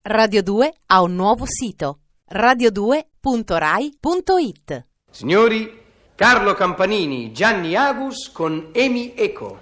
Radio 2 ha un nuovo sito, radio2.rai.it. Signori, Carlo Campanini, Gianni Agus con Emi Eco.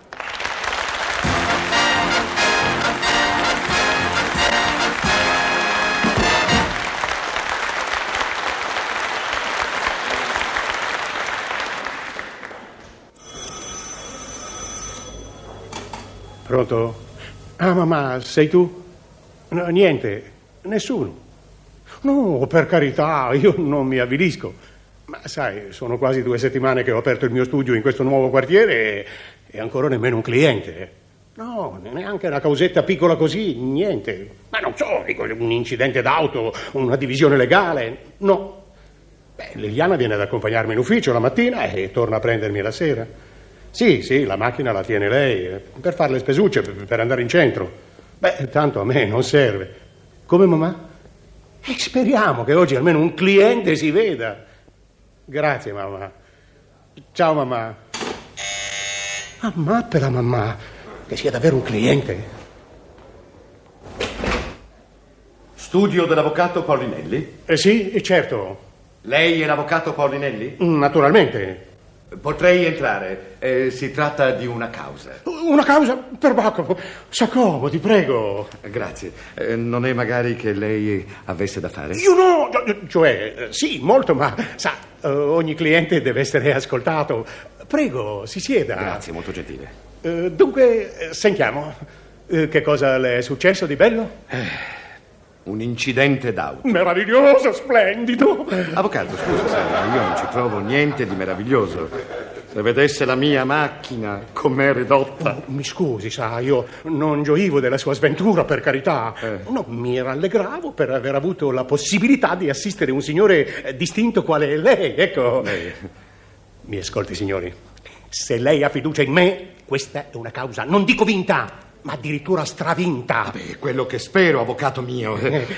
Pronto? Ah, mamma, sei tu? No, niente, nessuno. No, per carità, io non mi avvilisco. Ma sai, sono quasi 2 settimane che ho aperto il mio studio in questo nuovo quartiere e ancora nemmeno un cliente. No, neanche una causetta piccola così, niente. Ma non so, dico, un incidente d'auto, una divisione legale, no. Beh, Liliana viene ad accompagnarmi in ufficio la mattina e torna a prendermi la sera. Sì, la macchina la tiene lei, per fare le spesucce, per andare in centro. Beh, tanto a me non serve. Come, mamma? Speriamo che oggi almeno un cliente si veda. Grazie, mamma. Ciao, mamma. Mamma per la mamma, che sia davvero un cliente. Studio dell'avvocato Paulinelli? Sì, certo. Lei è l'avvocato Paulinelli? Naturalmente. Potrei entrare. Si tratta di una causa. Una causa? Perbacco, s'accomodi, prego. Grazie. Non è magari che lei avesse da fare? Io no, cioè, sì, molto, ma sa, ogni cliente deve essere ascoltato. Prego, si sieda. Grazie, molto gentile. Dunque, sentiamo. Che cosa le è successo di bello? Un incidente d'auto. Meraviglioso, splendido. Avvocato, scusa, sai, io non ci trovo niente di meraviglioso. Se vedesse la mia macchina com'è ridotta. Mi scusi, sa, io non gioivo della sua sventura, per carità. No, mi rallegravo per aver avuto la possibilità di assistere un signore distinto quale lei, ecco. Mi ascolti, signori. Se lei ha fiducia in me, questa è una causa, non dico vinta, ma addirittura stravinta. Vabbè, quello che spero, avvocato mio.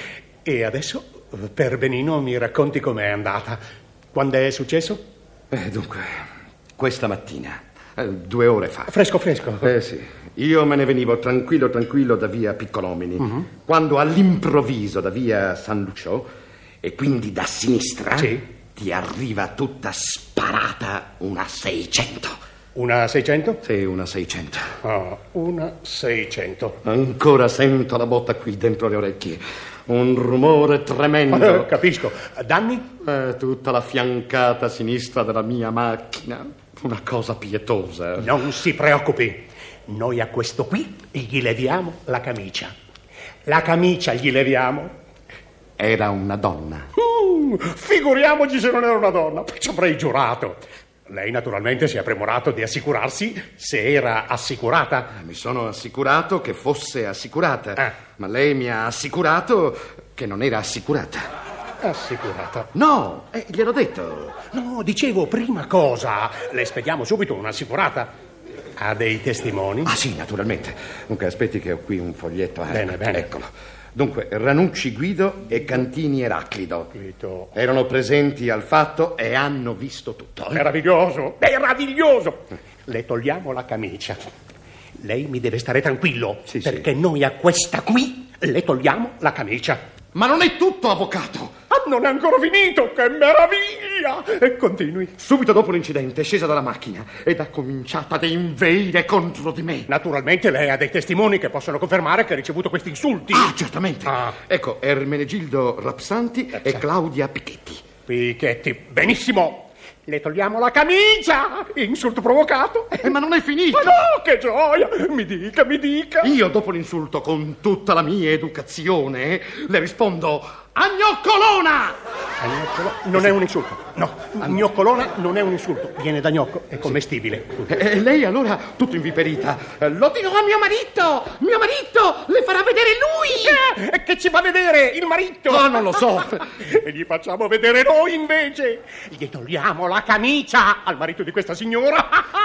E adesso, per benino, mi racconti com'è andata. Quando è successo? Dunque, questa mattina, 2 ore fa. Fresco. Sì. Io me ne venivo tranquillo da via Piccolomini, quando all'improvviso da via San Lucio, e quindi da sinistra, ti arriva tutta sparata una 600. Una 600? Sì, una 600. Una 600. Ancora sento la botta qui dentro le orecchie. Un rumore tremendo. Capisco. Danni? Tutta la fiancata sinistra della mia macchina. Una cosa pietosa. Non si preoccupi. Noi a questo qui gli leviamo la camicia. La camicia gli leviamo. Era una donna. Figuriamoci se non era una donna. Ci avrei giurato. Lei naturalmente si è premorato di assicurarsi se era assicurata. Mi sono assicurato che fosse assicurata, ma lei mi ha assicurato che non era assicurata. Assicurata? No, gliel'ho detto. No, dicevo, prima cosa, le spediamo subito un'assicurata. Ha dei testimoni? Sì, naturalmente. Dunque, aspetti che ho qui un foglietto. Bene. Eccolo. Dunque, Ranucci Guido e Cantini Eraclito erano presenti al fatto e hanno visto tutto. Meraviglioso! Le togliamo la camicia. Lei mi deve stare tranquillo, perché noi a questa qui le togliamo la camicia. Ma non è tutto, avvocato! Non è ancora finito, che meraviglia! E continui. Subito dopo l'incidente è scesa dalla macchina ed ha cominciato ad inveire contro di me. Naturalmente lei ha dei testimoni che possono confermare che ha ricevuto questi insulti. Certamente. Ecco, Ermenegildo Rapsanti e Claudia Pichetti. Benissimo. Le togliamo la camicia. Insulto provocato. Ma non è finito. Ma no, che gioia. Mi dica. Io dopo l'insulto, con tutta la mia educazione, le rispondo: Agnoccolona! Non è un insulto. No, agnoccolona non è un insulto. Viene da gnocco, è commestibile. E lei allora, tutto inviperita: lo dirò a mio marito! Mio marito le farà vedere lui! E che ci va a vedere il marito? Non lo so. E gli facciamo vedere noi invece. Gli togliamo la camicia al marito di questa signora.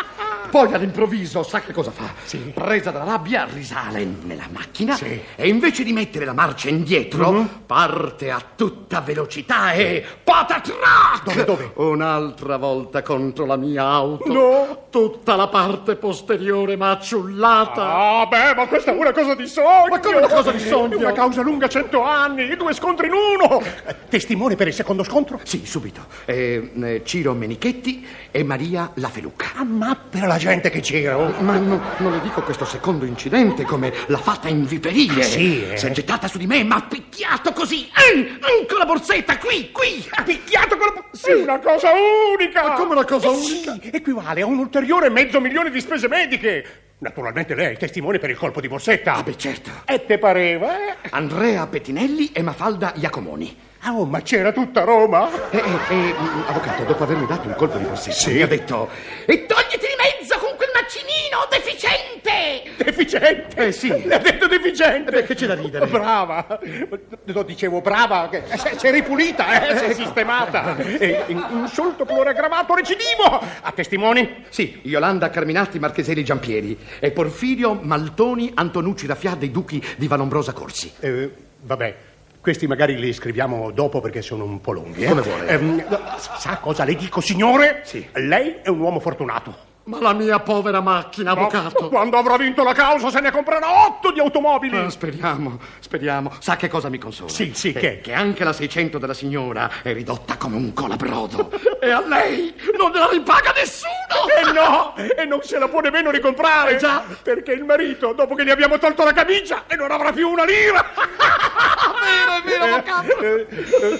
Poi all'improvviso, sa che cosa fa? Sì. Presa dalla rabbia, risale nella macchina, Sì. e invece di mettere la marcia indietro, parte a tutta velocità e patatrac! Dove? Un'altra volta contro la mia auto. No. Tutta la parte posteriore maciullata. Ah, beh, ma questa è una cosa di sogno. Ma come una cosa di sogno? Una causa lunga 100 anni, 2 scontri in uno. Testimone per il secondo scontro? Sì, subito. Ciro Menichetti e Maria La Felucca. Ah, ma per la gente che c'era. Ma non le dico questo secondo incidente come l'ha fatta inviperire. Sì, Si è gettata su di me e mi ha picchiato così. Con la borsetta, qui. Ha picchiato con la... Sì, una cosa unica. Ma come una cosa Sì, unica? equivale a un ulteriore $500,000 di spese mediche. Naturalmente lei è il testimone per il colpo di borsetta. Ah, beh, certo. E te pareva, eh? Andrea Pettinelli e Mafalda Iacomoni. Ah, oh, ma c'era tutta Roma? Avvocato, dopo avermi dato un colpo di borsetta, Sì. mi ha detto: e togliti di mezzo con quel macinino deficiente! Deficiente? Sì. Le ha detto deficiente? Beh, che c'è da ridere? Brava. Lo dicevo brava, che si è ripulita, si è sistemata. Insulto pluriaggravato recidivo. A testimoni? Sì, Iolanda Carminati Marcheselli Giampieri e Porfirio Maltoni Antonucci Raffià dei Duchi di Valombrosa Corsi. Vabbè. Questi magari li scriviamo dopo perché sono un po' lunghi. Come vuole. Sa cosa le dico, signore? Sì. Lei è un uomo fortunato. Ma la mia povera macchina, avvocato. Quando avrà vinto la causa se ne comprerà 8 di automobili. Speriamo. Sa che cosa mi consola? Sì, che? Che anche la 600 della signora è ridotta come un colabrodo. E a lei non la ripaga nessuno! E no, e non se la può nemmeno ricomprare. Già. Perché il marito, dopo che gli abbiamo tolto la camicia, e non avrà più una lira. È vero, avvocato.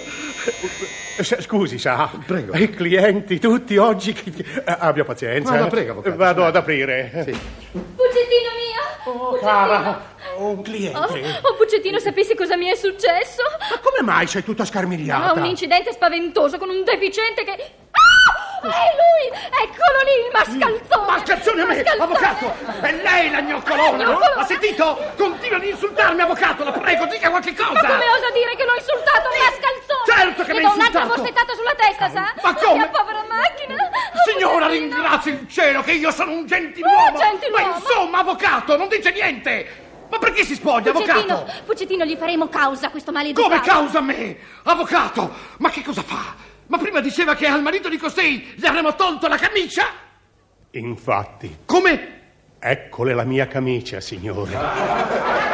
Scusi, sa. Prego. I clienti tutti oggi... Abbia pazienza. Ma la prego, avvocato. Vado ad aprire. Sì. Buccettino mio! Oh, cara, un cliente. Oh, Buccettino, sapessi cosa mi è successo? Ma come mai sei tutta scarmigliata? Un incidente spaventoso con un deficiente che... Ah! È lui! Eccolo lì, il mascalzone! Mascalzone a me, avvocato! È lei la gnoccolona! Gnoccolona? Ha sentito? Continua ad insultarmi, avvocato! La prego, dica qualche cosa! Ma come osa dire che l'ho insultato, mascalzone? Certo che mi mi do ha un'altra insultato! borsettata sulla testa, sa? Ma come? La povera macchina! Signora, Buccettino. ringrazio il cielo che io sono un gentiluomo! Gentiluomo? Ma insomma, avvocato, non dice niente! Ma perché si spoglia, avvocato? Buccettino, gli faremo causa a questo maleducato. Come causa a me? Avvocato, ma che cosa fa? Ma prima diceva che al marito di costei gli avremmo tolto la camicia? Infatti. Come? Eccole la mia camicia, signore.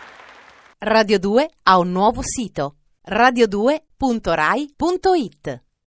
Radio 2 ha un nuovo sito: radio2.rai.it.